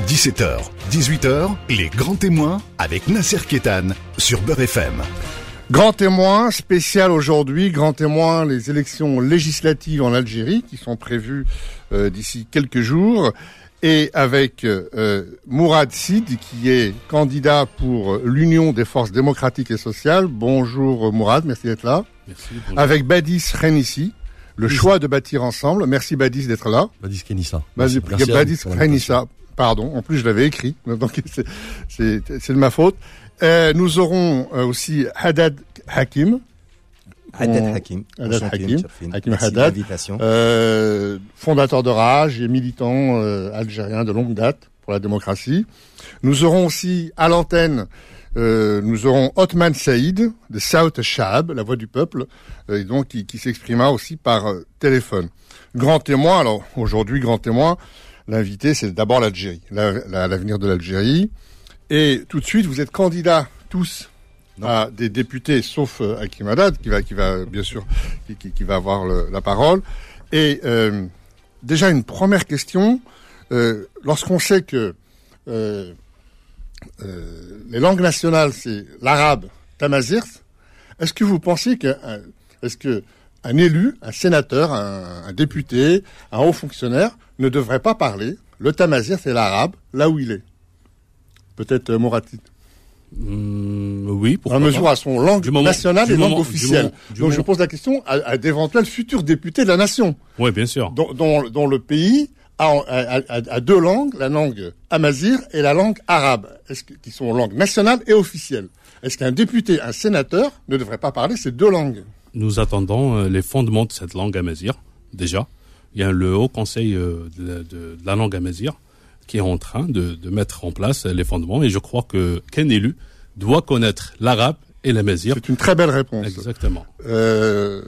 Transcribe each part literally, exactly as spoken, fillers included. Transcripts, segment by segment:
dix-sept heures, dix-huit heures, les grands témoins avec Nasser Kétan sur Beurre F M. Grand témoin spécial aujourd'hui, grand témoin les élections législatives en Algérie qui sont prévues euh, d'ici quelques jours. Et avec euh, Mourad Sid, qui est candidat pour l'Union des forces démocratiques et sociales. Bonjour Mourad, merci d'être là. Merci. Bonjour. Avec Badis Khenissa, le oui. choix de bâtir ensemble. Merci Badis d'être là. Badis Khenissa. Badis, Badis Khenissa, pardon, en plus je l'avais écrit, donc c'est, c'est, c'est de ma faute. Euh, nous aurons euh, aussi Haddad Hakim. Haddad Hakim. Haddad Hakim. Hakim Haddad. Euh, fondateur de Rage et militant euh, algérien de longue date pour la démocratie. Nous aurons aussi à l'antenne, euh, nous aurons Othman Saïd de South Shab, la voix du peuple, euh, et donc qui, qui s'exprima aussi par euh, téléphone. Grand témoin. Alors aujourd'hui, grand témoin. L'invité, c'est d'abord l'Algérie, la, la, l'avenir de l'Algérie. Et tout de suite, vous êtes candidats tous. Non. À des députés, sauf euh, Hakim Haddad, qui va, qui va bien sûr, qui, qui, qui va avoir le, la parole. Et euh, déjà une première question, euh, lorsqu'on sait que euh, euh, les langues nationales c'est l'arabe, tamazight, est-ce que vous pensez que, est-ce que un élu, un sénateur, un, un député, un haut fonctionnaire ne devrait pas parler le tamazight et l'arabe là où il est? Peut-être euh, Mourati. Mmh, oui, pourquoi à mesure pas. à son langue moment, nationale et moment, langue officielle. Du moment, du Donc moment. je pose la question à, à d'éventuels futurs députés de la nation. Oui, bien sûr. Dont, dont, dont le pays a, a, a, a deux langues, la langue amazigh et la langue arabe, est-ce que, qui sont langues nationales et officielles. Est-ce qu'un député, un sénateur, ne devrait pas parler ces deux langues? Nous attendons euh, les fondements de cette langue amazigh, déjà. Il y a le Haut Conseil euh, de, de, de la langue amazigh qui est en train de, de mettre en place les fondements, et je crois que qu'un élu doit connaître l'arabe et l'amazigh. C'est une très belle réponse. Exactement. Euh,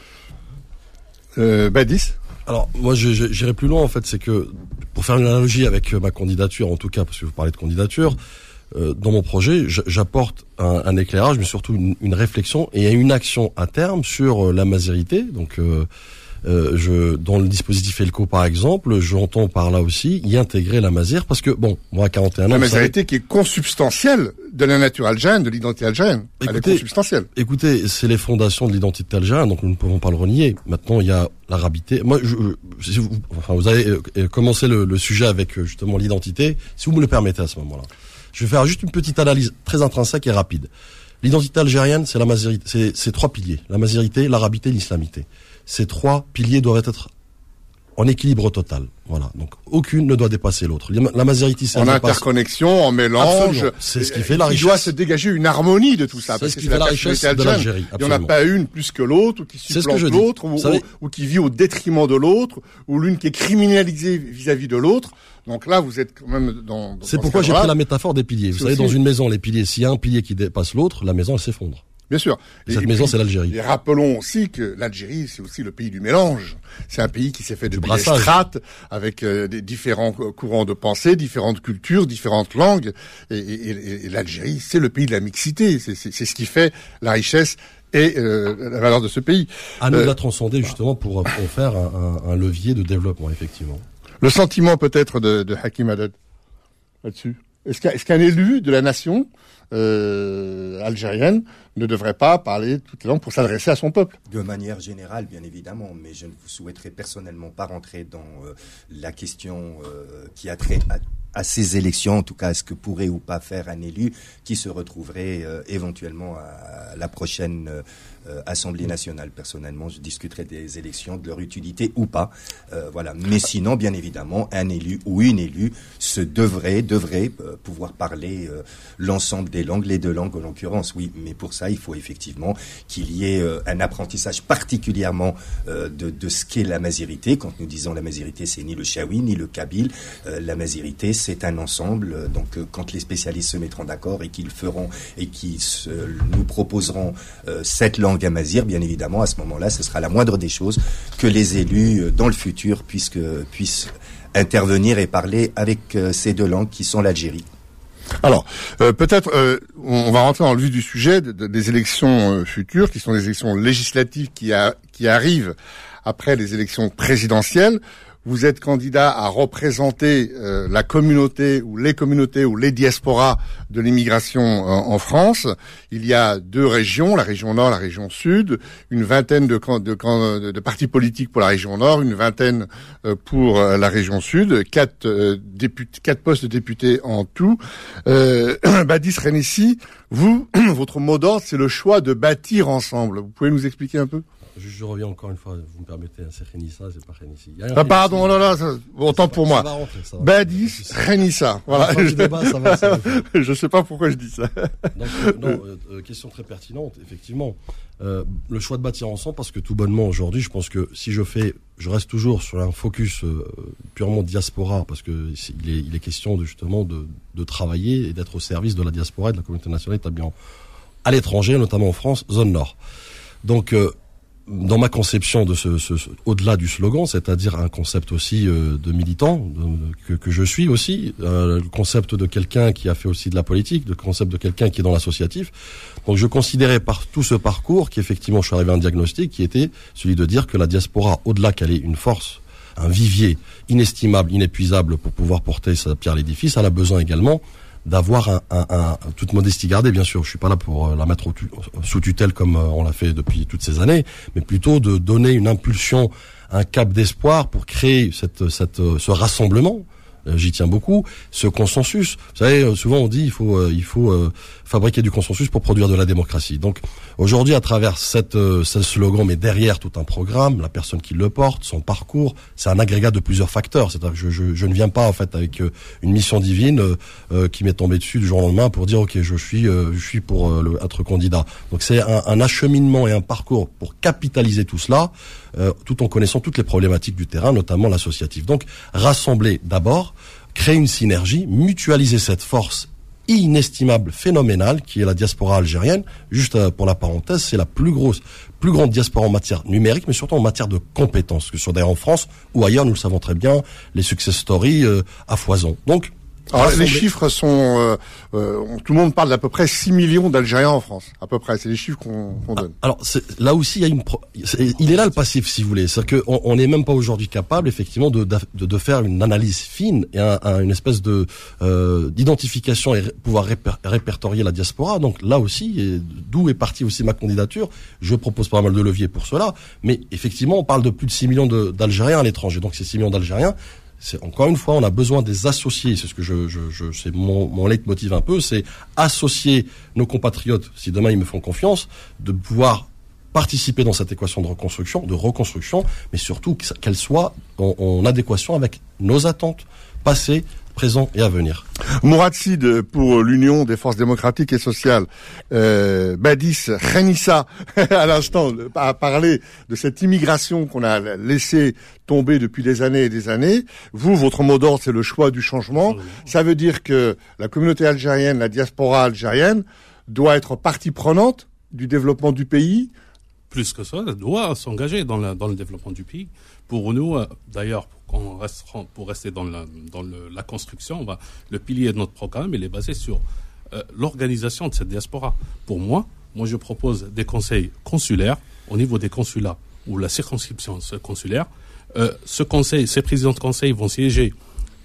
euh, Badis. Alors, moi, je, je, j'irai plus loin, en fait, c'est que, pour faire une analogie avec ma candidature, en tout cas, parce que vous parlez de candidature, euh, dans mon projet, j'apporte un, un éclairage, mais surtout une, une réflexion et une action à terme sur euh, l'amazirité. Donc, euh, Euh, je, dans le dispositif ELCO par exemple, j'entends par là aussi y intégrer l'amazigh parce que bon, moi à quarante et un ans, l'amazirité savez... qui est consubstantielle de la nature algérienne, de l'identité algérienne. Écoutez, elle est consubstantielle. Écoutez, c'est les fondations de l'identité algérienne, donc nous ne pouvons pas le renier. Maintenant, il y a l'arabité. Moi, je, je, vous, enfin, vous avez euh, commencé le, le sujet avec euh, justement l'identité. Si vous me le permettez à ce moment-là, je vais faire juste une petite analyse très intrinsèque et rapide. L'identité algérienne, c'est l'amazirité, c'est, c'est trois piliers: l'amazirité, l'arabité, l'islamité. Ces trois piliers doivent être en équilibre total. Voilà. Donc, aucune ne doit dépasser l'autre. L'amazirité, c'est en interconnexion, en mélange. Absolument. C'est ce qui fait la richesse. Il doit se dégager une harmonie de tout ça. C'est parce ce que qui c'est fait la la richesse de l'Algérie. Il n'y en a pas une plus que l'autre, ou qui supplante l'autre, ou, ou, ou qui vit au détriment de l'autre, ou l'une qui est criminalisée vis-à-vis de l'autre. Donc là, vous êtes quand même dans... dans c'est pourquoi j'ai pris la métaphore des piliers. Vous savez, dans une maison, les piliers, s'il y a un pilier qui dépasse l'autre, la maison, elle s'effondre. Bien sûr. Et cette et maison, puis, c'est l'Algérie. Et rappelons aussi que l'Algérie, c'est aussi le pays du mélange. C'est un pays qui s'est fait de des strates, avec euh, des différents courants de pensée, différentes cultures, différentes langues. Et, et, et l'Algérie, c'est le pays de la mixité. C'est, c'est, c'est ce qui fait la richesse et euh, la valeur de ce pays. À nous euh, de la transcender justement pour, pour faire un, un, un levier de développement, effectivement. Le sentiment peut-être de, de Hakim Haddad là-dessus. Est-ce qu'un, est-ce qu'un élu de la nation euh, algérienne ne devrait pas parler toutes les langues pour s'adresser à son peuple? De manière générale, bien évidemment, mais je ne vous souhaiterais personnellement pas rentrer dans euh, la question euh, qui a trait à, à ces élections, en tout cas à ce que pourrait ou pas faire un élu qui se retrouverait euh, éventuellement à la prochaine euh, Euh, Assemblée nationale. Personnellement, je discuterai des élections, de leur utilité ou pas. Euh, voilà. Mais sinon, bien évidemment, un élu ou une élue se devrait, devrait euh, pouvoir parler euh, l'ensemble des langues, les deux langues en l'occurrence, oui. Mais pour ça, il faut effectivement qu'il y ait euh, un apprentissage particulièrement euh, de, de ce qu'est l'amazirité. Quand nous disons l'amazirité, c'est ni le chaoui, ni le kabyle. Euh, l'amazirité, c'est un ensemble. Euh, donc, euh, quand les spécialistes se mettront d'accord et qu'ils feront et qu'ils se, nous proposeront euh, cette langue amazigh, bien évidemment, à ce moment-là, ce sera la moindre des choses que les élus, dans le futur, puissent, puissent intervenir et parler avec euh, ces deux langues qui sont l'Algérie. Alors, euh, peut-être, euh, on va rentrer dans le vif du sujet de, de, des élections euh, futures, qui sont des élections législatives qui, a, qui arrivent après les élections présidentielles. vous êtes candidat à représenter euh, la communauté ou les communautés ou les diasporas de l'immigration en, en France. Il y a deux régions, la région Nord, la région Sud, une vingtaine de, de, de, de partis politiques pour la région Nord, une vingtaine euh, pour euh, la région Sud, quatre, euh, députés, quatre postes de députés en tout. Euh, Badis Rennessi, vous, votre mot d'ordre, c'est le choix de bâtir ensemble. Vous pouvez nous expliquer un peu ? Je, je reviens encore une fois, vous me permettez, c'est Renissa, c'est pas Rennessi. Ah, pardon, non, non, ça, autant pour moi. Badis Renissa, voilà. Je, débat, ça va, ça va. Je sais pas pourquoi je dis ça. Donc, euh, non, euh, question très pertinente, effectivement. Euh, le choix de bâtir ensemble, parce que tout bonnement aujourd'hui, je pense que si je fais, je reste toujours sur un focus euh, purement diaspora, parce que c'est, il, est, il est question de justement de, de travailler et d'être au service de la diaspora et de la communauté nationale établie en, à l'étranger, notamment en France, zone nord. Donc, euh, dans ma conception de ce, ce, ce au-delà du slogan, c'est-à-dire un concept aussi euh, de militant de, que, que je suis aussi, euh, le concept de quelqu'un qui a fait aussi de la politique, le concept de quelqu'un qui est dans l'associatif. Donc je considérais par tout ce parcours qu'effectivement je suis arrivé à un diagnostic qui était celui de dire que la diaspora, au-delà qu'elle est une force, un vivier inestimable, inépuisable pour pouvoir porter sa pierre à l'édifice, elle a besoin également d'avoir un, un, un, toute modestie gardée, bien sûr. Je suis pas là pour la mettre au tu, sous tutelle comme on l'a fait depuis toutes ces années, mais plutôt de donner une impulsion, un cap d'espoir pour créer cette, cette, ce rassemblement. J'y tiens beaucoup. Ce consensus, vous savez, souvent on dit il faut, euh, il faut euh, fabriquer du consensus pour produire de la démocratie. Donc aujourd'hui, à travers cette, euh, ce slogan, mais derrière tout un programme, la personne qui le porte, son parcours, c'est un agrégat de plusieurs facteurs. C'est-à-dire que je, je, je ne viens pas en fait avec euh, une mission divine euh, euh, qui m'est tombée dessus du jour au lendemain pour dire ok, je suis, euh, je suis pour euh, le, être candidat. Donc c'est un, un acheminement et un parcours pour capitaliser tout cela, euh, tout en connaissant toutes les problématiques du terrain, notamment l'associatif. Donc rassembler d'abord. Créer une synergie, mutualiser cette force inestimable, phénoménale, qui est la diaspora algérienne. Juste pour la parenthèse, c'est la plus grosse, plus grande diaspora en matière numérique, mais surtout en matière de compétences, que ce soit d'ailleurs en France ou ailleurs, nous le savons très bien, les success stories euh, à foison. Donc, alors, les chiffres sont, euh, euh, tout le monde parle d'à peu près six millions d'Algériens en France. À peu près, c'est les chiffres qu'on, qu'on donne. Alors c'est, là aussi, il y a une, pro... c'est, il est là le passif, si vous voulez. C'est-à-dire qu'on on n'est même pas aujourd'hui capable, effectivement, de, de, de faire une analyse fine et un, un, une espèce de euh, d'identification et ré, pouvoir réper, répertorier la diaspora. Donc là aussi, et d'où est partie aussi ma candidature. Je propose pas mal de leviers pour cela, mais effectivement, on parle de plus de six millions de, d'Algériens à l'étranger. Donc ces six millions d'Algériens. C'est, encore une fois, on a besoin des associés. C'est ce que je, je, je c'est mon, mon leitmotiv un peu, c'est associer nos compatriotes, si demain ils me font confiance, de pouvoir participer dans cette équation de reconstruction, de reconstruction, mais surtout qu'elle soit en, en adéquation avec nos attentes passées, présent et à venir. Mourad Sid pour l'Union des forces démocratiques et sociales. Euh, Badis Renissa, à l'instant, a parlé de cette immigration qu'on a laissé tomber depuis des années et des années. Vous, votre mot d'ordre, c'est le choix du changement. Ça veut dire que la communauté algérienne, la diaspora algérienne, doit être partie prenante du développement du pays. Plus que ça, elle doit s'engager dans, la, dans le développement du pays. Pour nous, euh, d'ailleurs, pour, reste, pour rester dans, la, dans le, la construction, on va, le pilier de notre programme, il est basé sur euh, l'organisation de cette diaspora. Pour moi, moi je propose des conseils consulaires au niveau des consulats ou la circonscription consulaire. Euh, ce conseil, ces présidents de conseil vont siéger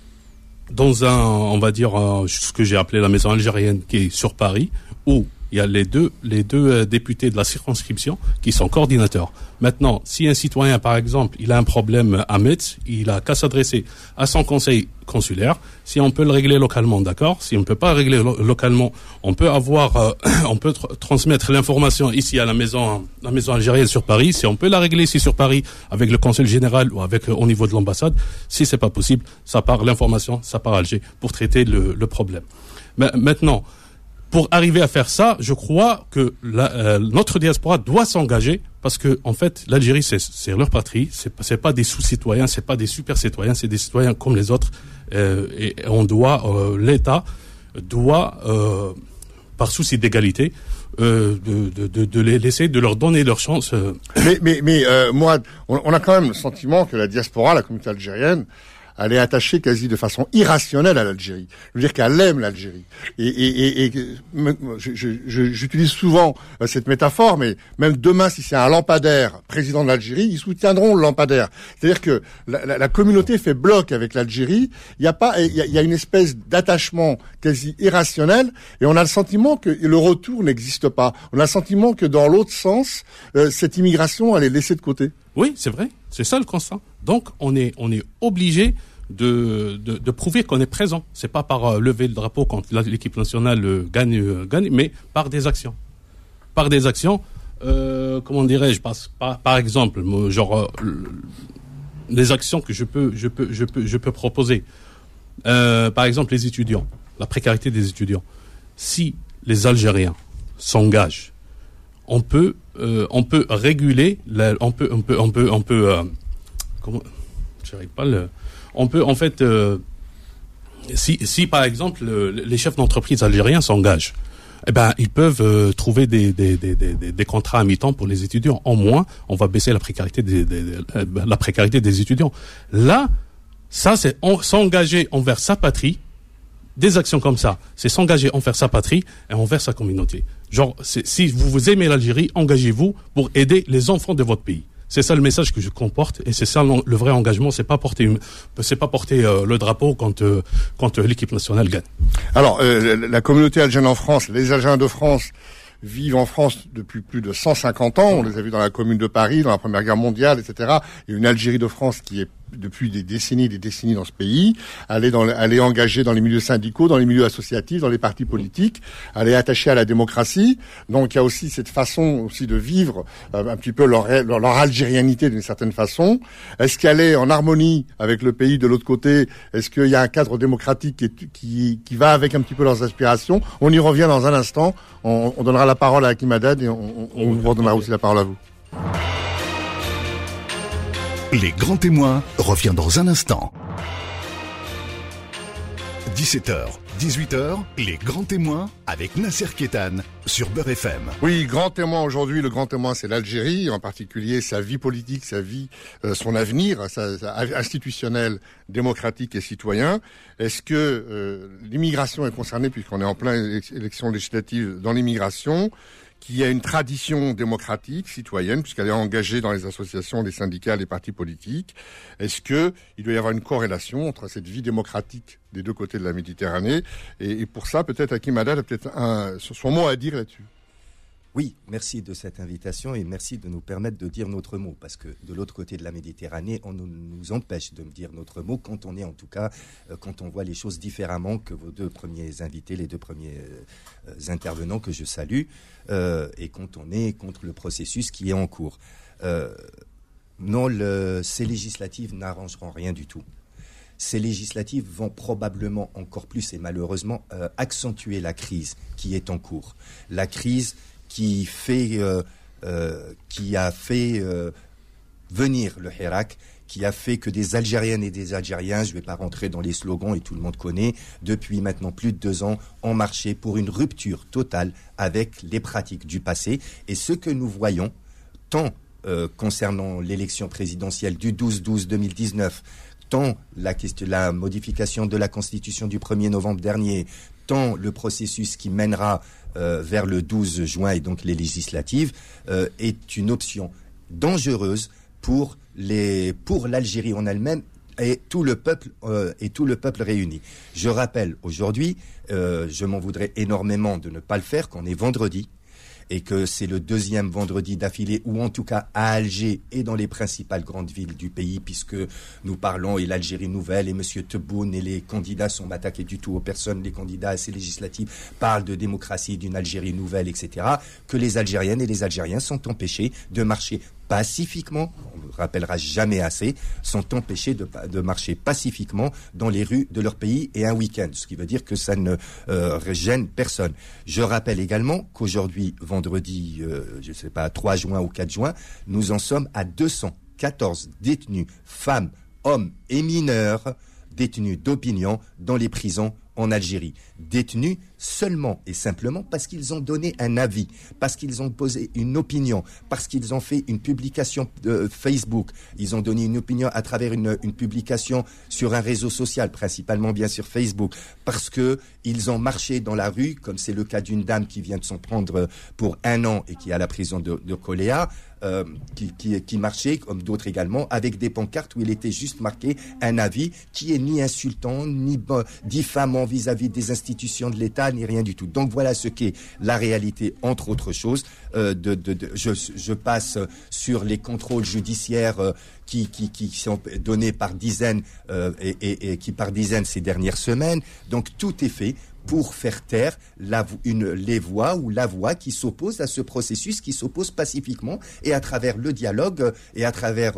dans un, on va dire, euh, ce que j'ai appelé la maison algérienne qui est sur Paris, où il y a les deux, les deux euh, députés de la circonscription qui sont coordinateurs. Maintenant, si un citoyen, par exemple, il a un problème à Metz, il a qu'à s'adresser à son conseil consulaire. Si on peut le régler localement, d'accord. Si on ne peut pas régler lo- localement, on peut avoir, euh, on peut tr- transmettre l'information ici à la maison, la maison algérienne sur Paris. Si on peut la régler ici sur Paris avec le conseil général ou avec euh, au niveau de l'ambassade, si c'est pas possible, ça part l'information, ça part à Alger pour traiter le, le problème. Mais maintenant. Pour arriver à faire ça, je crois que la, euh, notre diaspora doit s'engager parce que en fait, l'Algérie c'est, c'est leur patrie, c'est, c'est pas des sous-citoyens, c'est pas des super-citoyens, c'est des citoyens comme les autres. Euh, et on doit, euh, l'État doit, euh, par souci d'égalité, euh, de, de, de, de les laisser, de leur donner leur chance. Euh. Mais, mais, mais euh, moi, on, on a quand même le sentiment que la diaspora, la communauté algérienne, elle est attachée quasi de façon irrationnelle à l'Algérie. Je veux dire qu'elle aime l'Algérie. Et, et, et, et je, je, je, j'utilise souvent cette métaphore, mais même demain, si c'est un lampadaire président de l'Algérie, ils soutiendront le lampadaire. C'est-à-dire que la, la, la communauté fait bloc avec l'Algérie. Il y a pas, il y a, il y a une espèce d'attachement quasi irrationnel, et on a le sentiment que le retour n'existe pas. On a le sentiment que dans l'autre sens, euh, cette immigration, elle est laissée de côté. Oui, c'est vrai. C'est ça le constat. Donc, on est, on est obligé de, de, de prouver qu'on est présent. C'est pas par euh, lever le drapeau quand l'équipe nationale euh, gagne, euh, gagne, mais par des actions. Par des actions, euh, comment dirais-je, par, par, par exemple, genre, euh, les actions que je peux, je peux, je peux, je peux proposer. Euh, par exemple, les étudiants, la précarité des étudiants. Si les Algériens s'engagent, on peut, euh, on peut réguler, la, on peut, on peut, on peut, on peut, euh, comment, j'arrive pas le, on peut en fait, euh, si, si par exemple le, les chefs d'entreprise algériens s'engagent, eh ben ils peuvent euh, trouver des, des, des, des, des contrats à mi-temps pour les étudiants. En moins, on va baisser la précarité des, des, des euh, la précarité des étudiants. Là, ça c'est on, s'engager envers sa patrie. Des actions comme ça, c'est s'engager envers sa patrie et envers sa communauté. Genre, c'est, si vous, vous aimez l'Algérie, engagez-vous pour aider les enfants de votre pays. C'est ça le message que je comporte, et c'est ça le, le vrai engagement. C'est pas porter, une, c'est pas porter euh, le drapeau quand euh, quand euh, l'équipe nationale gagne. Alors, euh, la communauté algérienne en France, les Algériens de France vivent en France depuis plus de cent cinquante ans. On les a vus dans la Commune de Paris, dans la Première Guerre mondiale, et cetera. Il y a une Algérie de France qui est depuis des décennies et des décennies dans ce pays. Elle est, dans, elle est engagée dans les milieux syndicaux, dans les milieux associatifs, dans les partis politiques. Elle est attachée à la démocratie. Donc il y a aussi cette façon aussi de vivre euh, un petit peu leur, leur, leur algérianité d'une certaine façon. Est-ce qu'elle est en harmonie avec le pays de l'autre côté? Est-ce qu'il y a un cadre démocratique qui, qui, qui va avec un petit peu leurs aspirations? On y revient dans un instant. On, on donnera la parole à Hakim Haddad et on, on, on vous redonnera aussi la parole à vous. Les grands témoins revient dans un instant. dix-sept heures, dix-huit heures, les grands témoins avec Nasser Kétane sur Beurre F M. Oui, grand témoin aujourd'hui, le grand témoin c'est l'Algérie, en particulier sa vie politique, sa vie, euh, son avenir, sa, sa institutionnel, démocratique et citoyen. Est-ce que euh, l'immigration est concernée, puisqu'on est en pleine élection législative dans l'immigration, qui a une tradition démocratique, citoyenne, puisqu'elle est engagée dans les associations, les syndicats, les partis politiques. Est-ce que il doit y avoir une corrélation entre cette vie démocratique des deux côtés de la Méditerranée? Et, et pour ça, peut-être Hakim Haddad a peut-être un, son mot à dire là-dessus. Oui, merci de cette invitation et merci de nous permettre de dire notre mot, parce que de l'autre côté de la Méditerranée, on nous, nous empêche de dire notre mot quand on est en tout cas, euh, quand on voit les choses différemment que vos deux premiers invités, les deux premiers euh, intervenants que je salue, euh, et quand on est contre le processus qui est en cours. Euh, non, le, ces législatives n'arrangeront rien du tout. Ces législatives vont probablement encore plus et malheureusement euh, accentuer la crise qui est en cours. La crise qui fait, euh, euh, qui a fait euh, venir le Hirak, qui a fait que des Algériennes et des Algériens, je ne vais pas rentrer dans les slogans et tout le monde connaît, depuis maintenant plus de deux ans, ont marché pour une rupture totale avec les pratiques du passé. Et ce que nous voyons, tant euh, concernant l'élection présidentielle du douze douze deux mille dix-neuf, tant la, question, la modification de la Constitution du premier novembre dernier, tant le processus qui mènera euh, vers le douze juin et donc les législatives euh, est une option dangereuse pour les pour l'Algérie en elle-même et tout le peuple euh, et tout le peuple réuni. Je rappelle aujourd'hui, euh, je m'en voudrais énormément de ne pas le faire, qu'on est vendredi et que c'est le deuxième vendredi d'affilée, ou en tout cas à Alger et dans les principales grandes villes du pays, puisque nous parlons et l'Algérie nouvelle et M. Tebboune et les candidats sont attaqués du tout aux personnes, les candidats à ces législatives parlent de démocratie, d'une Algérie nouvelle, et cetera, que les Algériennes et les Algériens sont empêchés de marcher pacifiquement, on ne rappellera jamais assez, sont empêchés de, de marcher pacifiquement dans les rues de leur pays et un week-end, ce qui veut dire que ça ne euh, gêne personne. Je rappelle également qu'aujourd'hui, vendredi, euh, je ne sais pas, trois juin ou quatre juin, nous en sommes à deux cent quatorze détenus, femmes, hommes et mineurs, détenus d'opinion dans les prisons en Algérie, détenus seulement et simplement parce qu'ils ont donné un avis, parce qu'ils ont posé une opinion, parce qu'ils ont fait une publication de Facebook, ils ont donné une opinion à travers une, une publication sur un réseau social, principalement bien sûr Facebook, parce que ils ont marché dans la rue, comme c'est le cas d'une dame qui vient de s'en prendre pour un an et qui est à la prison de, de Koléa, euh, qui, qui, qui marchait, comme d'autres également, avec des pancartes où il était juste marqué un avis qui est ni insultant, ni diffamant vis-à-vis des institutions de l'État, ni rien du tout. Donc voilà ce qu'est la réalité, entre autres choses. Euh, de, de, de, je, je passe sur les contrôles judiciaires euh, qui, qui, qui sont donnés par dizaines euh, et, et, et qui par dizaines ces dernières semaines. Donc tout est fait pour faire taire la, une, les voix ou la voix qui s'oppose à ce processus, qui s'oppose pacifiquement et à travers le dialogue et à travers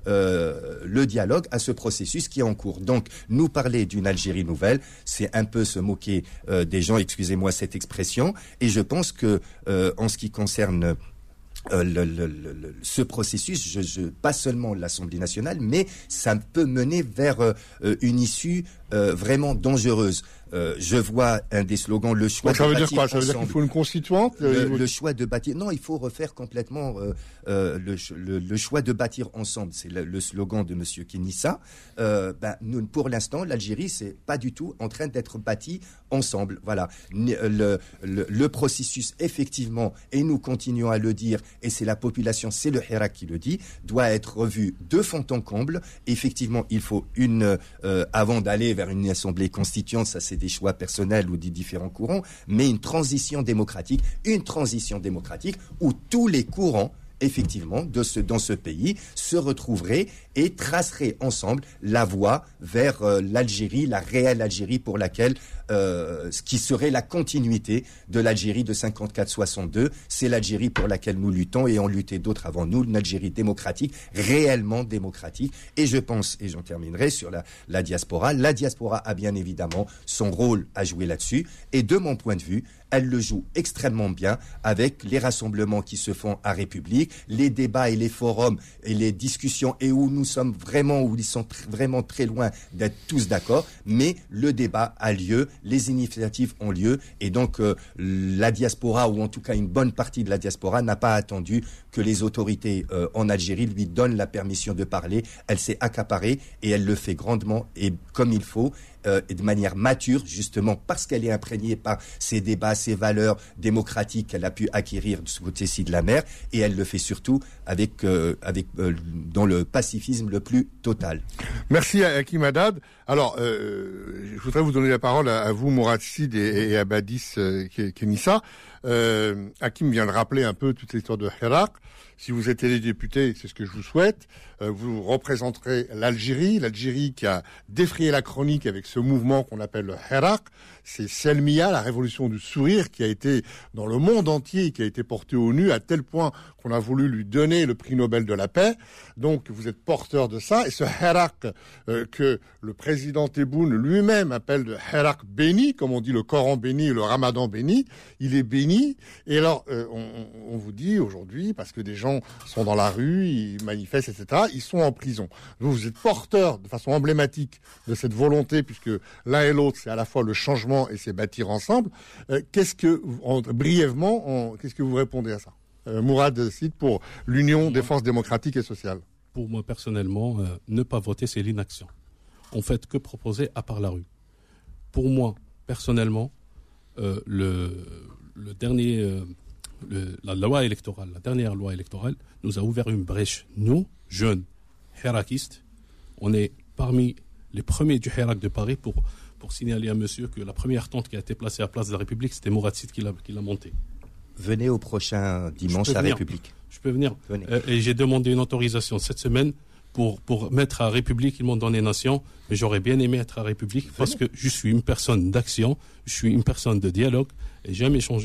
euh, le dialogue à ce processus qui est en cours. Donc, nous parler d'une Algérie nouvelle, c'est un peu se moquer euh, des gens, excusez-moi cette expression, et je pense que euh, en ce qui concerne Euh, le, le, le, ce processus, je, je, pas seulement l'Assemblée nationale, mais ça peut mener vers euh, une issue euh, vraiment dangereuse. Euh, je vois un des slogans, le choix Donc, ça de veut bâtir dire quoi? Ça veut ensemble. dire qu'il faut une constituante? Le, le choix de bâtir. Non, il faut refaire complètement euh, euh, le, le, le choix de bâtir ensemble. C'est le, le slogan de Monsieur Kenissa. Euh, ben, nous, pour l'instant, l'Algérie, c'est pas du tout en train d'être bâtie ensemble. Voilà. Le, le, le processus, effectivement, et nous continuons à le dire, et c'est la population, c'est le Hirak qui le dit, doit être revu de fond en comble. Effectivement, il faut une, euh, avant d'aller vers une assemblée constituante, ça c'est des choix personnels ou des différents courants, mais une transition démocratique, une transition démocratique où tous les courants effectivement, de ce, dans ce pays, se retrouveraient et traceraient ensemble la voie vers euh, l'Algérie, la réelle Algérie pour laquelle, euh, ce qui serait la continuité de l'Algérie de cinquante-quatre soixante-deux, c'est l'Algérie pour laquelle nous luttons et ont lutté d'autres avant nous, une Algérie démocratique, réellement démocratique. Et je pense, et j'en terminerai sur la, la diaspora, la diaspora a bien évidemment son rôle à jouer là-dessus, et de mon point de vue, elle le joue extrêmement bien avec les rassemblements qui se font à République, les débats et les forums et les discussions et où nous sommes vraiment, où ils sont tr- vraiment très loin d'être tous d'accord, mais le débat a lieu, les initiatives ont lieu et donc euh, la diaspora ou en tout cas une bonne partie de la diaspora n'a pas attendu que les autorités euh, en Algérie lui donnent la permission de parler. Elle s'est accaparée et elle le fait grandement et comme il faut. Euh, et de manière mature, justement, parce qu'elle est imprégnée par ces débats, ces valeurs démocratiques qu'elle a pu acquérir de ce côté-ci de la mer, et elle le fait surtout avec, euh, avec euh, dans le pacifisme le plus total. Merci à Hakim Haddad. Alors, euh, je voudrais vous donner la parole à, à vous, Mourad Sid et, et à Badis euh, Kenissa. Euh, Hakim vient de rappeler un peu toute l'histoire de Hirak. Si vous êtes élu député, c'est ce que je vous souhaite, euh, vous représenterez l'Algérie, l'Algérie qui a défrayé la chronique avec ce mouvement qu'on appelle le Hirak. C'est Selmiya, la révolution du sourire, qui a été dans le monde entier, qui a été portée aux nues à tel point qu'on a voulu lui donner le prix Nobel de la paix. Donc vous êtes porteur de ça. Et ce Hirak euh, que le président Tebboune lui-même appelle le Hirak béni, comme on dit le Coran béni et le Ramadan béni, il est béni. Et alors euh, on, on vous dit aujourd'hui, parce que des gens sont dans la rue, ils manifestent, et cetera, ils sont en prison. Vous, vous êtes porteur de façon emblématique de cette volonté, puisque l'un et l'autre, c'est à la fois le changement et c'est bâtir ensemble. Euh, qu'est-ce que, en, brièvement, en, qu'est-ce que vous répondez à ça, euh, Mourad Sid, pour l'Union Défense démocratique et sociale? Pour moi, personnellement, euh, ne pas voter, c'est l'inaction. En fait, que proposer à part la rue? Pour moi, personnellement, euh, le, le dernier... Euh, Le, la loi électorale, la dernière loi électorale, nous a ouvert une brèche. Nous, jeunes hirakistes, on est parmi les premiers du Hirak de Paris pour, pour signaler à monsieur que la première tente qui a été placée à Place de la République, c'était Mourad Sid qui l'a, qui l'a montée. Venez au prochain dimanche à venir. République. Je peux venir. Euh, et j'ai demandé une autorisation cette semaine pour, pour mettre à République. Ils m'ont donné Nation, mais j'aurais bien aimé être à République. Venez. Parce que je suis une personne d'action, je suis une personne de dialogue et j'aime échanger.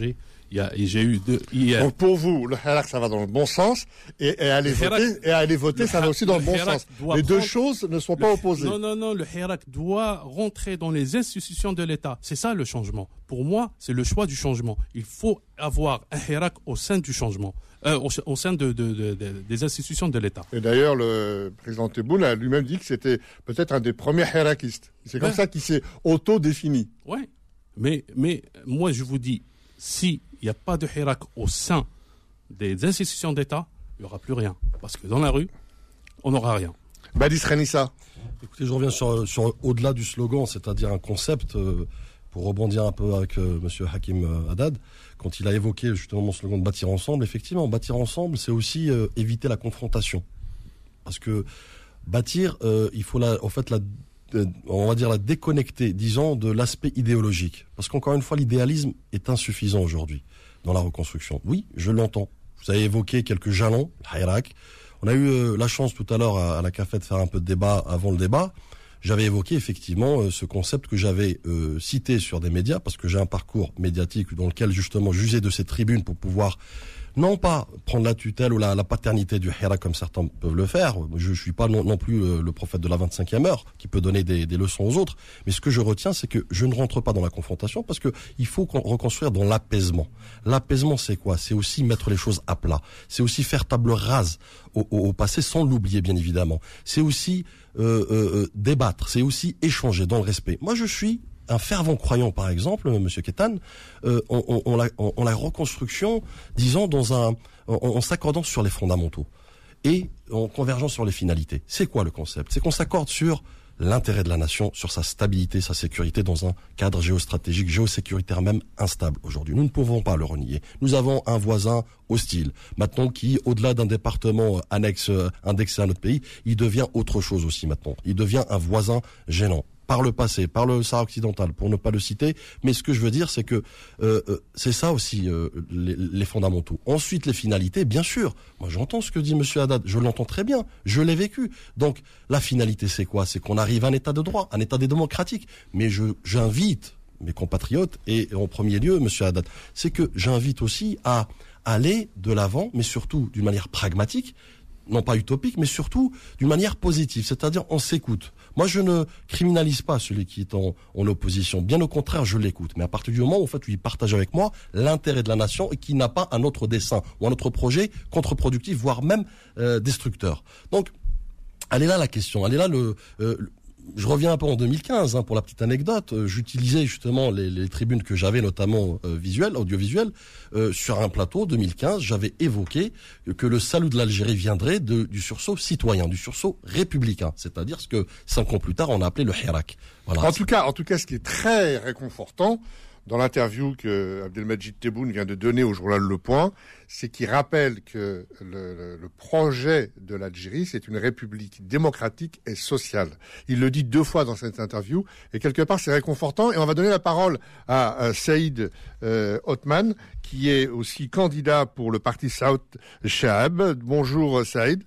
Il y a, et j'ai eu deux, hier. Donc pour vous, le Hirak, ça va dans le bon sens, et, et aller voter, Hirak, et aller voter, ça va aussi dans le, le bon sens. Les prendre, deux choses ne sont le, pas opposées. Non, non, non, le Hirak doit rentrer dans les institutions de l'État. C'est ça le changement. Pour moi, c'est le choix du changement. Il faut avoir un Hirak au sein du changement, euh, au, au sein de, de, de, de, des institutions de l'État. Et d'ailleurs, le président Tebboune a lui-même dit que c'était peut-être un des premiers Hirakistes. C'est comme ouais. ça qu'il s'est auto-défini. Ouais. Mais, mais, moi, je vous dis, si il n'y a pas de Hirak au sein des institutions d'État, il n'y aura plus rien. Parce que dans la rue, on n'aura rien. Badis Renissa. Écoutez, je reviens sur, sur au-delà du slogan, c'est-à-dire un concept, euh, pour rebondir un peu avec euh, monsieur Hakim euh, Haddad, quand il a évoqué justement mon slogan de bâtir ensemble, effectivement, bâtir ensemble, c'est aussi euh, éviter la confrontation. Parce que bâtir, euh, il faut la, en fait, la, euh, on va dire la déconnecter, disons, de l'aspect idéologique. Parce qu'encore une fois, l'idéalisme est insuffisant aujourd'hui dans la reconstruction. Oui, je l'entends. Vous avez évoqué quelques jalons, Hirak. On a eu euh, la chance tout à l'heure à, à la café de faire un peu de débat avant le débat. J'avais évoqué effectivement euh, ce concept que j'avais euh, cité sur des médias, parce que j'ai un parcours médiatique dans lequel justement j'usais de ces tribunes pour pouvoir non pas prendre la tutelle ou la, la paternité du Hirak comme certains peuvent le faire. Je, je suis pas non, non plus euh, le prophète de la vingt-cinquième heure qui peut donner des, des leçons aux autres. Mais ce que je retiens, c'est que je ne rentre pas dans la confrontation parce que il faut reconstruire dans l'apaisement. L'apaisement, c'est quoi? C'est aussi mettre les choses à plat. C'est aussi faire table rase au, au, au passé sans l'oublier, bien évidemment. C'est aussi euh, euh, débattre. C'est aussi échanger dans le respect. Moi, je suis un fervent croyant, par exemple, Monsieur Ketan, euh, on, on, on, la, on, on la reconstruction, disons, dans un, en, en s'accordant sur les fondamentaux et en convergeant sur les finalités. C'est quoi le concept? C'est qu'on s'accorde sur l'intérêt de la nation, sur sa stabilité, sa sécurité dans un cadre géostratégique, géosécuritaire même instable aujourd'hui. Nous ne pouvons pas le renier. Nous avons un voisin hostile, maintenant qui, au-delà d'un département annexe, indexé à notre pays, il devient autre chose aussi maintenant. Il devient un voisin gênant. Par le passé, par le Sahara occidental, pour ne pas le citer. Mais ce que je veux dire, c'est que euh, c'est ça aussi euh, les, les fondamentaux. Ensuite, les finalités, bien sûr. Moi, j'entends ce que dit Monsieur Haddad. Je l'entends très bien. Je l'ai vécu. Donc, la finalité, c'est quoi? C'est qu'on arrive à un état de droit, un état démocratique. Mais je j'invite mes compatriotes et en premier lieu, Monsieur Haddad, c'est que j'invite aussi à aller de l'avant, mais surtout d'une manière pragmatique. Non pas utopique, mais surtout d'une manière positive, c'est-à-dire on s'écoute. Moi, je ne criminalise pas celui qui est en, en opposition. Bien au contraire, je l'écoute. Mais à partir du moment où, en fait, où il partage avec moi l'intérêt de la nation et qui n'a pas un autre dessein ou un autre projet contre-productif, voire même euh, destructeur. Donc, elle est là la question. Elle est là le... Euh, le je reviens un peu en deux mille quinze, hein, pour la petite anecdote. Euh, j'utilisais justement les, les tribunes que j'avais, notamment euh, visuelles, audiovisuelles, euh, sur un plateau. deux mille quinze, j'avais évoqué que le salut de l'Algérie viendrait de, du sursaut citoyen, du sursaut républicain, c'est-à-dire ce que cinq ans plus tard on a appelé le Hirak. Voilà. En tout cas, en tout cas, ce qui est très réconfortant dans l'interview que Abdelmajid Tebboune vient de donner au journal Le Point, c'est qu'il rappelle que le, le, le projet de l'Algérie, c'est une république démocratique et sociale. Il le dit deux fois dans cette interview, et quelque part c'est réconfortant. Et on va donner la parole à, à Saïd euh, Othman, qui est aussi candidat pour le parti Saout Shahab. Bonjour Saïd.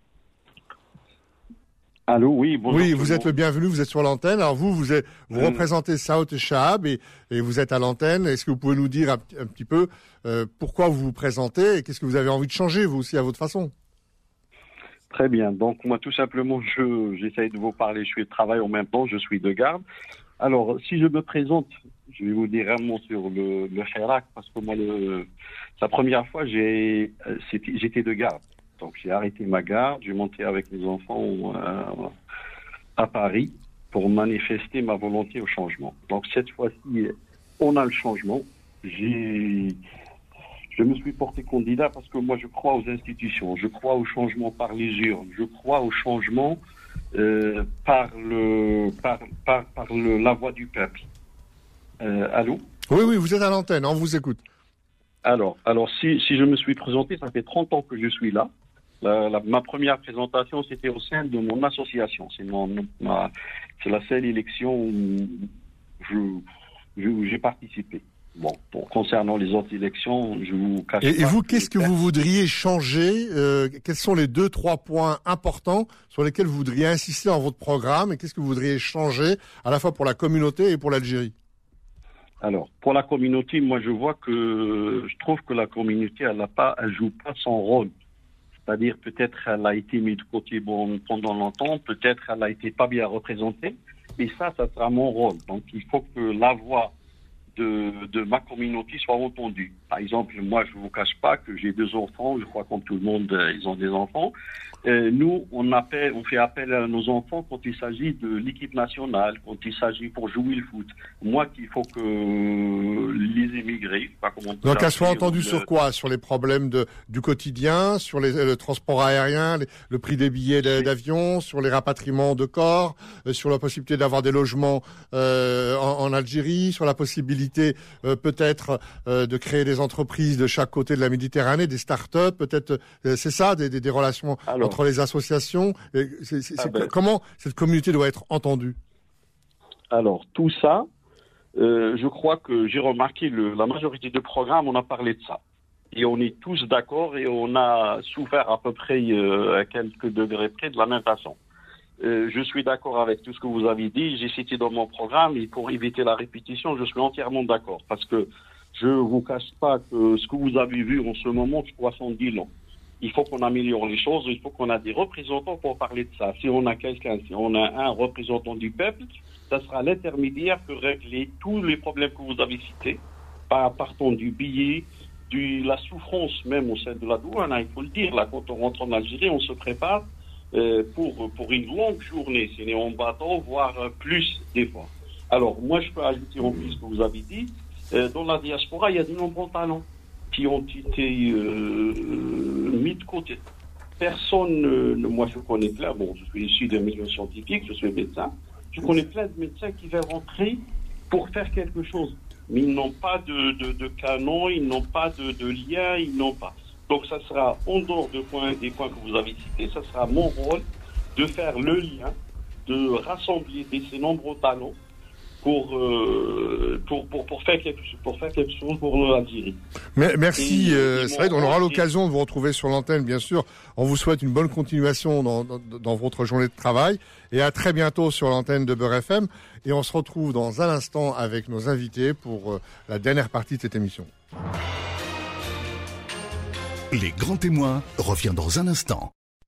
Allô, oui, bonjour. Oui, vous êtes le bienvenu, vous êtes sur l'antenne. Alors vous, vous, êtes, vous euh... représentez Saout Shahab et, et vous êtes à l'antenne. Est-ce que vous pouvez nous dire un, un petit peu euh, pourquoi vous vous présentez et qu'est-ce que vous avez envie de changer, vous aussi, à votre façon? Très bien. Donc moi, tout simplement, je j'essaye de vous parler. Je suis de travail en même temps, je suis de garde. Alors, si je me présente, je vais vous dire un mot sur le, le Hirak, parce que moi, le, la première fois, j'ai c'était, j'étais de garde. Donc j'ai arrêté ma garde, j'ai monté avec mes enfants euh, à Paris pour manifester ma volonté au changement. Donc cette fois-ci, on a le changement. J'ai, je me suis porté candidat parce que moi je crois aux institutions, je crois au changement par les urnes, je crois au changement euh, par le par par par le, la voix du peuple. Euh, allô? Oui oui, vous êtes à l'antenne, on vous écoute. Alors alors si si je me suis présenté, ça fait trente ans que je suis là. La, la, ma première présentation, c'était au sein de mon association. C'est, mon, ma, c'est la seule élection où je, je, j'ai participé. Bon, pour, concernant les autres élections, je vous cache et, pas. Et vous, qu'est-ce que vous voudriez changer euh, Quels sont les deux, trois points importants sur lesquels vous voudriez insister dans votre programme et qu'est-ce que vous voudriez changer à la fois pour la communauté et pour l'Algérie? Alors, pour la communauté, moi, je vois que je trouve que la communauté, elle n'a pas, elle joue pas son rôle. C'est-à-dire, peut-être, elle a été mise de côté bon, pendant longtemps, peut-être, elle a été pas bien représentée. Et ça, ça sera mon rôle. Donc, il faut que la voix de, de ma communauté soit entendue. Par exemple, moi, je vous cache pas que j'ai deux enfants. Je crois comme tout le monde, ils ont des enfants. Euh, nous, on appelle, on fait appel à nos enfants quand il s'agit de l'équipe nationale, quand il s'agit pour jouer le foot. Moi, qu'il faut que les émigrés, pas comment. Donc, qu'elle soit entendue sur quoi? Sur les problèmes de, du quotidien, sur les, le transport aérien, les, le prix des billets d'avion, sur les rapatriements de corps, euh, sur la possibilité d'avoir des logements euh, en, en Algérie, sur la possibilité euh, peut-être euh, de créer des entreprises de chaque côté de la Méditerranée, des start-up, peut-être, euh, c'est ça, des, des, des relations. Alors, entre les associations, c'est, c'est, ah ben, comment cette communauté doit être entendue? Alors, tout ça, euh, je crois que j'ai remarqué le, la majorité des programmes, on a parlé de ça. Et on est tous d'accord et on a souffert à peu près euh, à quelques degrés près de la même façon. Euh, je suis d'accord avec tout ce que vous avez dit. J'ai cité dans mon programme et pour éviter la répétition, je suis entièrement d'accord. Parce que je vous cache pas que ce que vous avez vu en ce moment, je crois, sont dit long. Il faut qu'on améliore les choses, il faut qu'on a des représentants pour parler de ça. Si on a quelqu'un, si on a un représentant du peuple, ça sera l'intermédiaire pour régler tous les problèmes que vous avez cités, partant du billet, de la souffrance même au sein de la douane, hein, il faut le dire. Là, quand on rentre en Algérie, on se prépare euh, pour, pour une longue journée, c'est en bateau, voire plus des fois. Alors, moi, je peux ajouter en plus ce que vous avez dit. Euh, dans la diaspora, il y a de nombreux talents qui ont été euh, mis de côté. Personne, euh, moi je connais plein, bon, je suis issu d'un milieu scientifique, je suis médecin, je connais plein de médecins qui veulent rentrer pour faire quelque chose. Mais ils n'ont pas de, de, de canon, ils n'ont pas de, de lien, ils n'ont pas. Donc ça sera, en dehors de points, des points que vous avez cités, ça sera mon rôle de faire le lien, de rassembler ces nombreux talents Pour, euh, pour, pour, pour, faire quelque, pour faire quelque chose pour l'Algérie. Mais, merci, euh, Saïd. On aura l'occasion de vous retrouver sur l'antenne, bien sûr. On vous souhaite une bonne continuation dans, dans, dans votre journée de travail. Et à très bientôt sur l'antenne de Beurre F M. Et on se retrouve dans un instant avec nos invités pour euh, la dernière partie de cette émission. Les grands témoins revient dans un instant.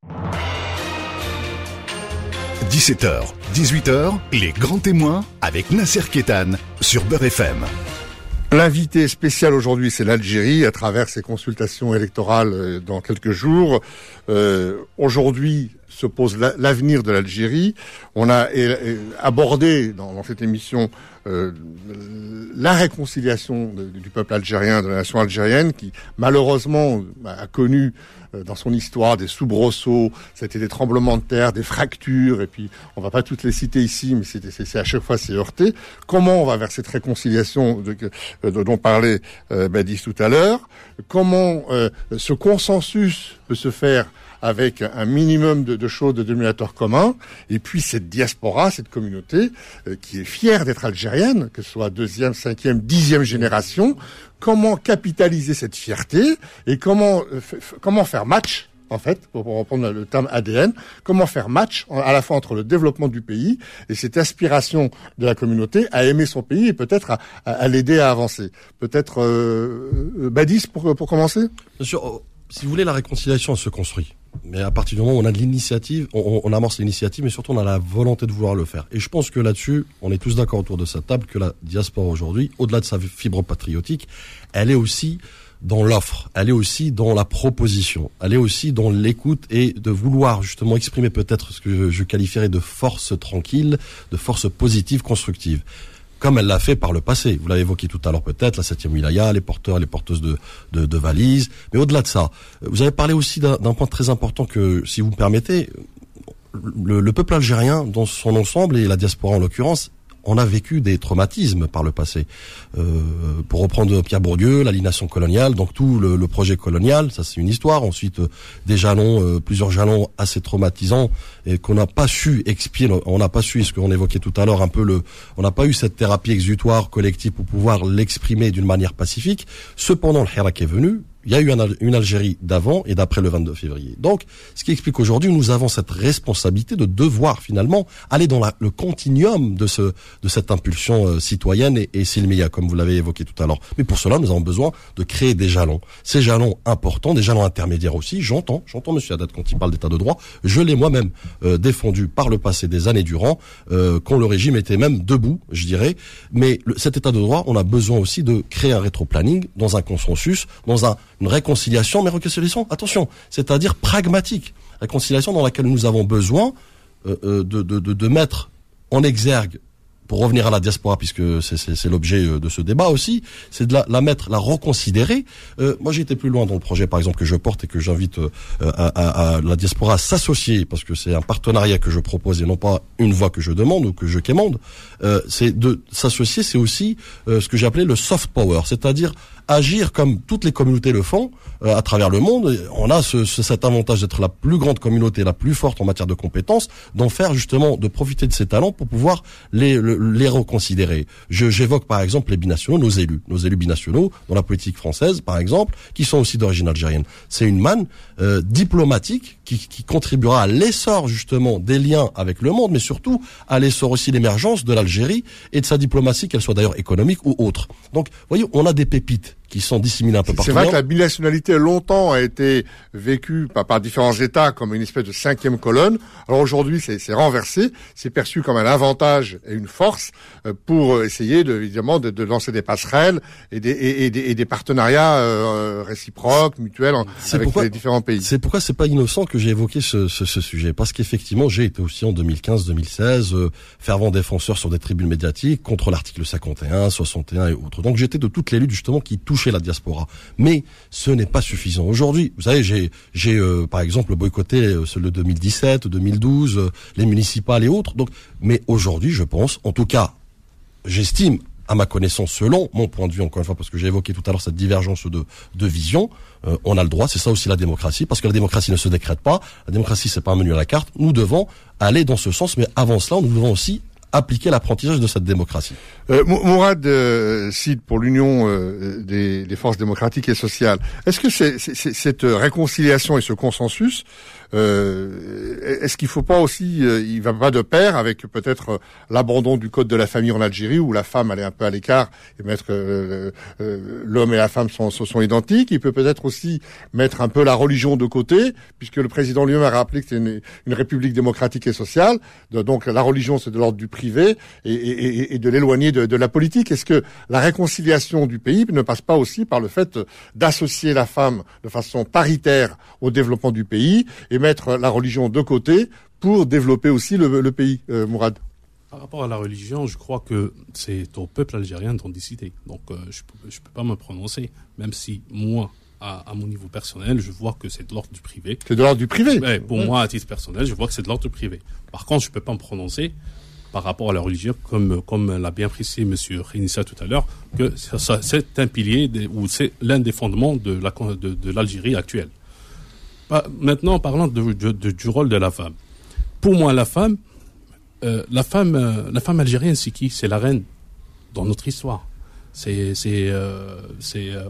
dix-sept heures, dix-huit heures, les grands témoins avec Nasser Kétan sur Beurre F M. L'invité spécial aujourd'hui, c'est l'Algérie, à travers ses consultations électorales dans quelques jours. Euh, aujourd'hui se pose la, l'avenir de l'Algérie. On a é, é, abordé dans, dans cette émission euh, la réconciliation de, du peuple algérien, de la nation algérienne, qui malheureusement a connu dans son histoire des soubresauts, c'était des tremblements de terre, des fractures, et puis on va pas toutes les citer ici, mais c'est, c'est, c'est à chaque fois c'est heurté. Comment on va vers cette réconciliation de, de, dont parlait euh, Badis tout à l'heure? Comment euh, ce consensus peut se faire avec un minimum de, de choses de dénominateur commun, et puis cette diaspora, cette communauté euh, qui est fière d'être algérienne, que ce soit deuxième, cinquième, dixième génération. Comment capitaliser cette fierté et comment euh, f- comment faire match, en fait, pour reprendre le terme A D N, comment faire match à la fois entre le développement du pays et cette aspiration de la communauté à aimer son pays et peut-être à, à, à l'aider à avancer. Peut-être euh, Badis pour pour commencer. Bien sûr, si vous voulez, la réconciliation elle se construit. Mais à partir du moment où on a de l'initiative, on, on amorce l'initiative, mais surtout on a la volonté de vouloir le faire. Et je pense que là-dessus, on est tous d'accord autour de cette table que la diaspora aujourd'hui, au-delà de sa fibre patriotique, elle est aussi dans l'offre, elle est aussi dans la proposition, elle est aussi dans l'écoute et de vouloir justement exprimer peut-être ce que je, je qualifierais de force tranquille, de force positive, constructive. Comme elle l'a fait par le passé. Vous l'avez évoqué tout à l'heure peut-être, la septième wilaya, les porteurs, les porteuses de, de, de valises. Mais au-delà de ça, vous avez parlé aussi d'un, d'un point très important que, si vous me permettez, le, le peuple algérien dans son ensemble, et la diaspora en l'occurrence, on a vécu des traumatismes par le passé. Euh, pour reprendre Pierre Bourdieu, l'aliénation coloniale, donc tout le, le projet colonial, ça c'est une histoire. Ensuite, euh, des jalons, euh, plusieurs jalons assez traumatisants et qu'on n'a pas su expier. On n'a pas su, ce qu'on évoquait tout à l'heure, un peu le, on n'a pas eu cette thérapie exutoire collective pour pouvoir l'exprimer d'une manière pacifique. Cependant, le Hirak est venu. Il y a eu un, une Algérie d'avant et d'après le vingt-deux février. Donc, ce qui explique qu'aujourd'hui, nous avons cette responsabilité de devoir finalement aller dans la, le continuum de ce de cette impulsion euh, citoyenne et, et silmiya, comme vous l'avez évoqué tout à l'heure. Mais pour cela, nous avons besoin de créer des jalons. Ces jalons importants, des jalons intermédiaires aussi. J'entends, j'entends Monsieur Haddad quand il parle d'état de droit. Je l'ai moi-même euh, défendu par le passé des années durant, euh, quand le régime était même debout, je dirais. Mais le, cet état de droit, on a besoin aussi de créer un rétro-planning dans un consensus, dans un, une réconciliation, mais réconciliation, attention, c'est-à-dire pragmatique. Réconciliation dans laquelle nous avons besoin euh, de, de, de, de mettre en exergue, pour revenir à la diaspora, puisque c'est, c'est, c'est l'objet de ce débat aussi, c'est de la, la mettre, la reconsidérer. Euh, moi, j'ai été plus loin dans le projet, par exemple, que je porte et que j'invite euh, à, à, à la diaspora à s'associer, parce que c'est un partenariat que je propose et non pas une voix que je demande ou que je quémande. Euh, c'est de s'associer, c'est aussi euh, ce que j'ai appelé le soft power, c'est-à-dire agir comme toutes les communautés le font euh, à travers le monde. On a ce, ce, cet avantage d'être la plus grande communauté, la plus forte en matière de compétences, d'en faire justement, de profiter de ces talents pour pouvoir les, le, les reconsidérer. Je, j'évoque par exemple les binationaux, nos élus, nos élus binationaux dans la politique française par exemple, qui sont aussi d'origine algérienne. C'est une manne euh, diplomatique qui, qui contribuera à l'essor justement des liens avec le monde, mais surtout à l'essor aussi l'émergence de l'Algérie et de sa diplomatie, qu'elle soit d'ailleurs économique ou autre. Donc, vous voyez, on a des pépites qui sont disséminés un peu partout. C'est vrai que la binationalité longtemps a été vécue par, par différents États comme une espèce de cinquième colonne. Alors aujourd'hui, c'est, c'est renversé, c'est perçu comme un avantage et une force pour essayer de, évidemment de, de lancer des passerelles et des, et, et des, et des partenariats euh, réciproques, mutuels en, avec pourquoi, les différents pays. C'est pourquoi c'est pas innocent que j'ai évoqué ce, ce, ce sujet, parce qu'effectivement, j'ai été aussi en deux mille quinze deux mille seize euh, fervent défenseur sur des tribunes médiatiques contre l'article cinquante et un, soixante et un et autres. Donc j'étais de toutes les luttes justement qui touchent la diaspora, mais ce n'est pas suffisant. Aujourd'hui, vous savez, j'ai, j'ai euh, par exemple boycotté euh, le deux mille dix-sept, deux mille douze, euh, les municipales et autres. Donc, mais aujourd'hui, je pense, en tout cas, j'estime, à ma connaissance, selon mon point de vue, encore une fois, parce que j'ai évoqué tout à l'heure cette divergence de, de vision, euh, on a le droit, c'est ça aussi la démocratie, parce que la démocratie ne se décrète pas. La démocratie, c'est pas un menu à la carte. Nous devons aller dans ce sens, mais avant cela, nous devons aussi appliquer l'apprentissage de cette démocratie. Euh, Mourad euh, Sid, pour l'Union euh, des, des forces démocratiques et sociales, est-ce que c'est, c'est, c'est, cette réconciliation et ce consensus, euh, est-ce qu'il faut pas aussi, euh, il va pas de pair avec peut-être euh, l'abandon du code de la famille en Algérie où la femme elle est un peu à l'écart et mettre euh, euh, l'homme et la femme sont, sont identiques. Il peut peut-être aussi mettre un peu la religion de côté, puisque le président lui-même a rappelé que c'est une, une république démocratique et sociale. Donc la religion c'est de l'ordre du privé et, et, et de l'éloigner de, de la politique. Est-ce que la réconciliation du pays ne passe pas aussi par le fait d'associer la femme de façon paritaire au développement du pays et mettre la religion de côté pour développer aussi le, le pays, euh, Mourad? Par rapport à la religion, je crois que c'est au peuple algérien d'en décider. Donc euh, je ne peux pas me prononcer, même si moi, à, à mon niveau personnel, je vois que c'est de l'ordre du privé. C'est de l'ordre du privé. Mais pour mmh. moi, à titre personnel, je vois que c'est de l'ordre du privé. Par contre, je ne peux pas me prononcer par rapport à la religion, comme comme l'a bien précisé M. Khenissa tout à l'heure, que ça, ça, c'est un pilier de, ou c'est l'un des fondements de, la, de, de l'Algérie actuelle. Maintenant, parlant de, de, de, du rôle de la femme. Pour moi, la femme, euh, la femme, euh, la femme algérienne, c'est qui? C'est la reine dans notre histoire. C'est, c'est, euh, c'est, euh,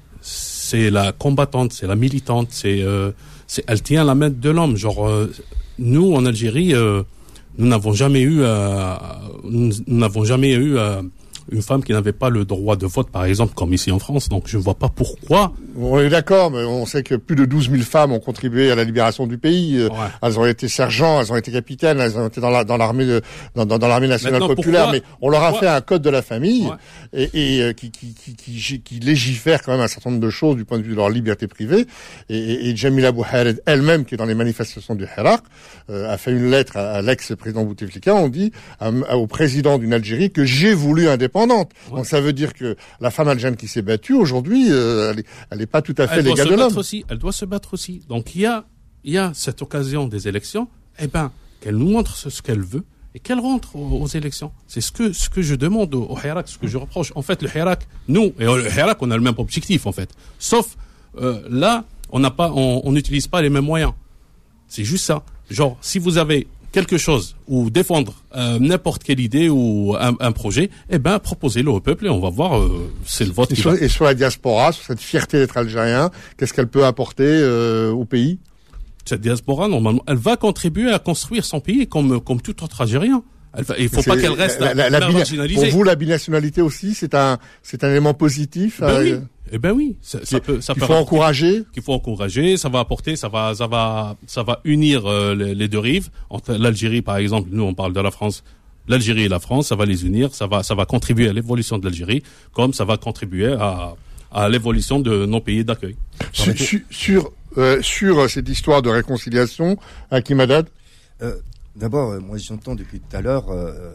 c'est la combattante, c'est la militante. C'est, euh, c'est, elle tient la main de l'homme. Genre, euh, nous en Algérie, euh, nous n'avons jamais eu, euh, nous n'avons jamais eu. Euh, une femme qui n'avait pas le droit de vote, par exemple, comme ici en France. Donc, je ne vois pas pourquoi. On est d'accord, mais on sait que plus de douze mille femmes ont contribué à la libération du pays. Ouais. Elles ont été sergents, elles ont été capitaines, elles ont été dans, la, dans l'armée de, dans, dans, dans l'armée nationale Maintenant, populaire. Pourquoi, mais on leur a pourquoi, fait un code de la famille ouais. et, et euh, qui, qui, qui, qui, qui légifère quand même un certain nombre de choses du point de vue de leur liberté privée. Et, et, et Jamila Bouhared elle-même, qui est dans les manifestations du Hirak, euh, a fait une lettre à, à l'ex-président Bouteflika. On dit à, à, au président d'une Algérie que j'ai voulu indépendance. Ouais. Donc ça veut dire que la femme algérienne qui s'est battue aujourd'hui, euh, elle, est, elle est pas tout à fait l'égale de l'homme. Aussi, elle doit se battre aussi. Donc il y a, il y a cette occasion des élections. Eh ben, qu'elle nous montre ce, ce qu'elle veut et qu'elle rentre aux, aux élections. C'est ce que ce que je demande au, au Hirak, ce que je reproche. En fait, le Hirak, nous et le Hirak, on a le même objectif en fait. Sauf euh, là, on n'a pas, on n'utilise pas les mêmes moyens. C'est juste ça. Genre, si vous avez quelque chose ou défendre euh, n'importe quelle idée ou un, un projet, eh ben proposez-le au peuple et on va voir. Euh, c'est le vote. Et qui sur, va. et sur la diaspora, sur cette fierté d'être algérien, qu'est-ce qu'elle peut apporter euh, au pays? Cette diaspora, normalement, elle va contribuer à construire son pays comme comme tout autre Algérien. Elle va, il faut c'est, pas qu'elle reste la, la, la, la marginalisée. Pour vous, la binationalité aussi, c'est un c'est un élément positif. Ben euh, oui. Eh ben oui, ça, ça peut, ça qu'il peut faut rapporter, encourager. Qu'il faut encourager, ça va apporter, ça va, ça va, ça va unir euh, les, les deux rives. Entre l'Algérie, par exemple, nous on parle de la France, l'Algérie et la France, ça va les unir, ça va, ça va contribuer à l'évolution de l'Algérie, comme ça va contribuer à, à l'évolution de nos pays d'accueil. Sur, sur, sur, euh, sur cette histoire de réconciliation, Hakim Haddad. Euh, d'abord, euh, moi j'entends depuis tout à l'heure. Euh,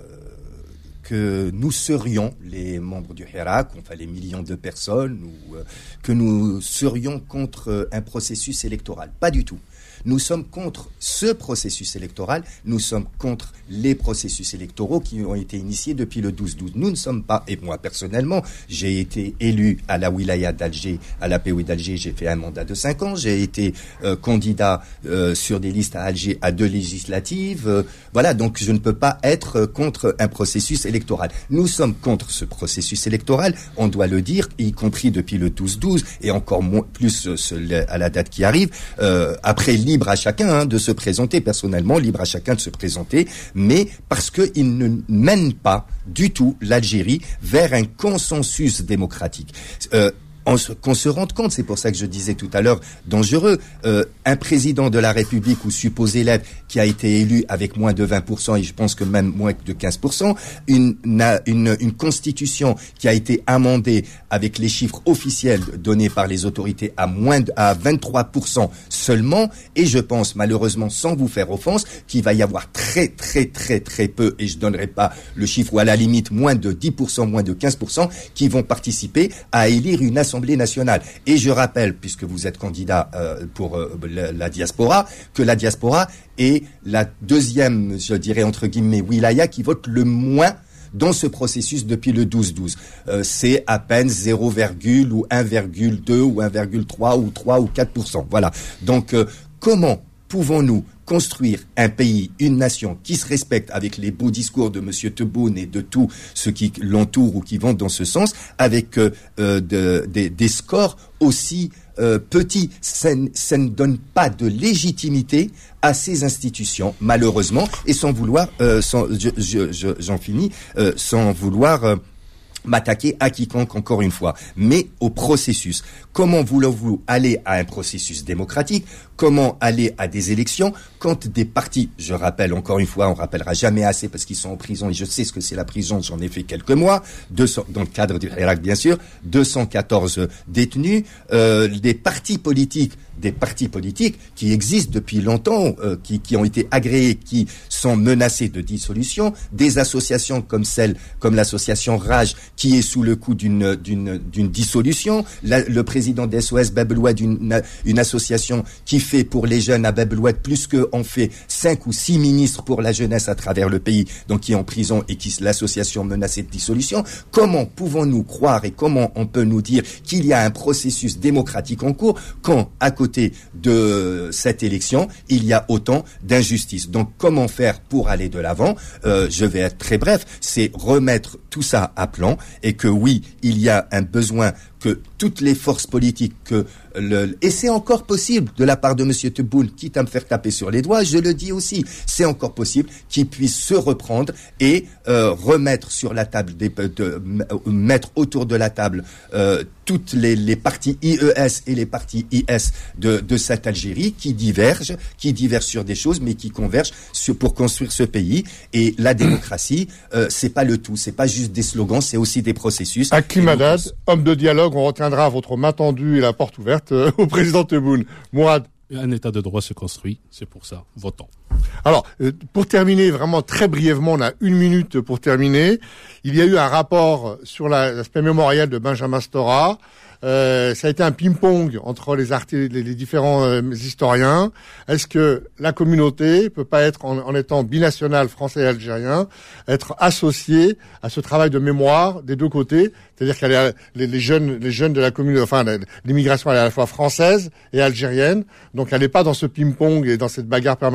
que nous serions les membres du Hirak, enfin les millions de personnes, ou euh, que nous serions contre euh, un processus électoral. Pas du tout. Nous sommes contre ce processus électoral, nous sommes contre les processus électoraux qui ont été initiés depuis le douze douze. Nous ne sommes pas, et moi personnellement, j'ai été élu à la wilaya d'Alger, à la P O I d'Alger, j'ai fait un mandat de cinq ans, j'ai été euh, candidat euh, sur des listes à Alger à deux législatives, euh, voilà, donc je ne peux pas être contre un processus électoral. Nous sommes contre ce processus électoral, on doit le dire, y compris depuis le douze douze, et encore moins, plus euh, ce, le, à la date qui arrive, euh, après libre à chacun hein, de se présenter, personnellement, libre à chacun de se présenter, mais parce qu'il ne mène pas du tout l'Algérie vers un consensus démocratique. Euh, On se, qu'on se rende compte, c'est pour ça que je disais tout à l'heure, dangereux, euh, un président de la République ou supposé l'être qui a été élu avec moins de vingt pour cent et je pense que même moins de quinze pour cent, une, une, une constitution qui a été amendée avec les chiffres officiels donnés par les autorités à moins de, à vingt-trois pour cent seulement, et je pense malheureusement, sans vous faire offense, qu'il va y avoir très très très très peu, et je donnerai pas le chiffre, ou à la limite moins de dix pour cent, moins de quinze pour cent, qui vont participer à élire une Assemblée nationale. Et je rappelle, puisque vous êtes candidat euh, pour euh, la, la diaspora, que la diaspora est la deuxième, je dirais entre guillemets, wilaya qui vote le moins dans ce processus depuis le douze douze. Euh, c'est à peine zéro, ou un virgule deux ou un virgule trois ou trois ou quatre pour cent. Voilà. Donc, euh, comment pouvons-nous construire un pays, une nation qui se respecte avec les beaux discours de Monsieur Tebboune et de tous ceux qui l'entourent ou qui vont dans ce sens, avec euh, de, de, des scores aussi euh, petits. Ça, ça ne donne pas de légitimité à ces institutions, malheureusement, et sans vouloir, euh, sans, je, je, je, j'en finis, euh, sans vouloir euh, m'attaquer à quiconque, encore une fois, mais au processus. Comment voulez-vous aller à un processus démocratique? Comment aller à des élections quand des partis, je rappelle encore une fois, on rappellera jamais assez parce qu'ils sont en prison et je sais ce que c'est la prison, j'en ai fait quelques mois, deux cents, dans le cadre du Hirak bien sûr, deux cent quatorze détenus, euh, des partis politiques, des partis politiques qui existent depuis longtemps, euh, qui, qui ont été agréés, qui sont menacés de dissolution, des associations comme celle, comme l'association Rage, qui est sous le coup d'une d'une d'une dissolution, la, le président des S O S Bab el Oued, une, une association qui fait pour les jeunes à Bab el Oued plus qu'on fait cinq ou six ministres pour la jeunesse à travers le pays, donc qui est en prison et qui l'association menacée de dissolution. Comment pouvons-nous croire et comment on peut nous dire qu'il y a un processus démocratique en cours quand à côté de cette élection il y a autant d'injustices? Donc comment faire pour aller de l'avant? euh, Je vais être très bref, c'est remettre tout ça à plan, et que oui, il y a un besoin que toutes les forces politiques, que le, et c'est encore possible de la part de Monsieur Tebboune, quitte à me faire taper sur les doigts, je le dis aussi, c'est encore possible qu'il puisse se reprendre et euh, remettre sur la table, des, de, de, mettre autour de la table euh, toutes les, les partis I E S et les partis I S de, de cette Algérie qui divergent, qui divergent sur des choses, mais qui convergent sur, pour construire ce pays. Et la démocratie, euh, c'est pas le tout, c'est pas juste des slogans, c'est aussi des processus. Hakim Haddad, homme de dialogue, on retiendra votre main tendue et la porte ouverte euh, au président Tebboune. Mourad. Un état de droit se construit, c'est pour ça, votons. Alors, euh, pour terminer, vraiment très brièvement, on a une minute pour terminer. Il y a eu un rapport sur la, l'aspect mémorial de Benjamin Stora. Euh, ça a été un ping-pong entre les, arti- les, les différents euh, historiens. Est-ce que la communauté peut pas être, en, en étant binationale français et algérien, être associée à ce travail de mémoire des deux côtés? C'est-à-dire qu'il y a les, les jeunes, les jeunes de la communauté, enfin l'immigration elle est à la fois française et algérienne, donc elle n'est pas dans ce ping-pong et dans cette bagarre permanente.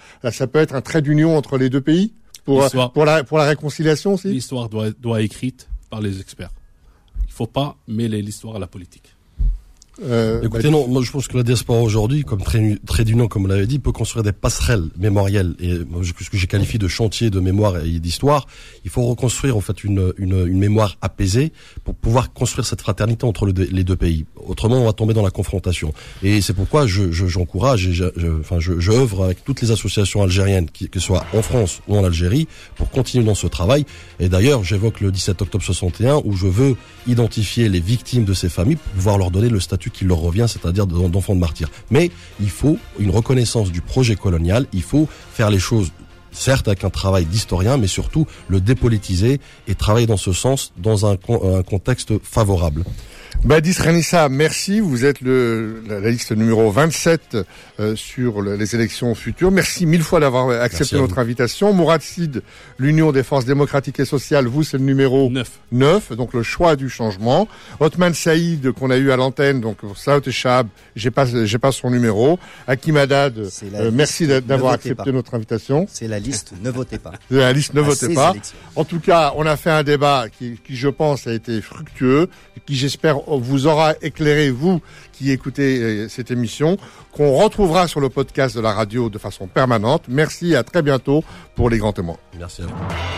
Là, ça peut être un trait d'union entre les deux pays pour, pour, la, pour la réconciliation aussi. L'histoire doit, doit être écrite par les experts. Il ne faut pas mêler l'histoire à la politique. Euh, Écoutez, bah, non, moi je pense que la diaspora aujourd'hui, comme trait, trait d'union, comme vous l'avez dit, peut construire des passerelles mémorielles et ce que j'ai qualifié de chantier de mémoire et d'histoire. Il faut reconstruire en fait une, une, une mémoire apaisée pour pouvoir construire cette fraternité entre le, les deux pays. Autrement, on va tomber dans la confrontation. Et c'est pourquoi je, je, j'encourage et je, je, enfin, je, je œuvre avec toutes les associations algériennes, qui, que ce soit en France ou en Algérie, pour continuer dans ce travail. Et d'ailleurs, j'évoque le dix-sept octobre soixante et un où je veux identifier les victimes de ces familles pour pouvoir leur donner le statut qui leur revient, c'est-à-dire d'enfants de martyrs. Mais il faut une reconnaissance du projet colonial, il faut faire les choses, certes avec un travail d'historien, mais surtout le dépolitiser et travailler dans ce sens dans un, un contexte favorable. Badis Renissa, merci. Vous êtes le, la, la liste numéro vingt-sept euh, sur le, les élections futures. Merci mille fois d'avoir accepté notre invitation. Mourad Sid, l'Union des forces démocratiques et sociales, vous c'est le numéro neuf, donc le choix du changement. Othman Saïd, qu'on a eu à l'antenne, donc Saout et Chab, j'ai pas, j'ai pas son numéro. Hakim Haddad, euh, merci d'avoir accepté pas. notre invitation. C'est la liste, ne votez pas. C'est la liste, ne à votez pas. Élections. En tout cas, on a fait un débat qui, qui je pense, a été fructueux, qui j'espère vous aura éclairé, vous qui écoutez cette émission, qu'on retrouvera sur le podcast de la radio de façon permanente. Merci et à très bientôt pour les grands témoins. Merci à vous.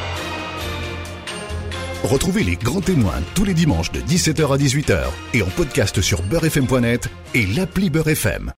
Retrouvez les grands témoins tous les dimanches de dix-sept heures à dix-huit heures et en podcast sur beurre f m point net et l'appli Beurre F M.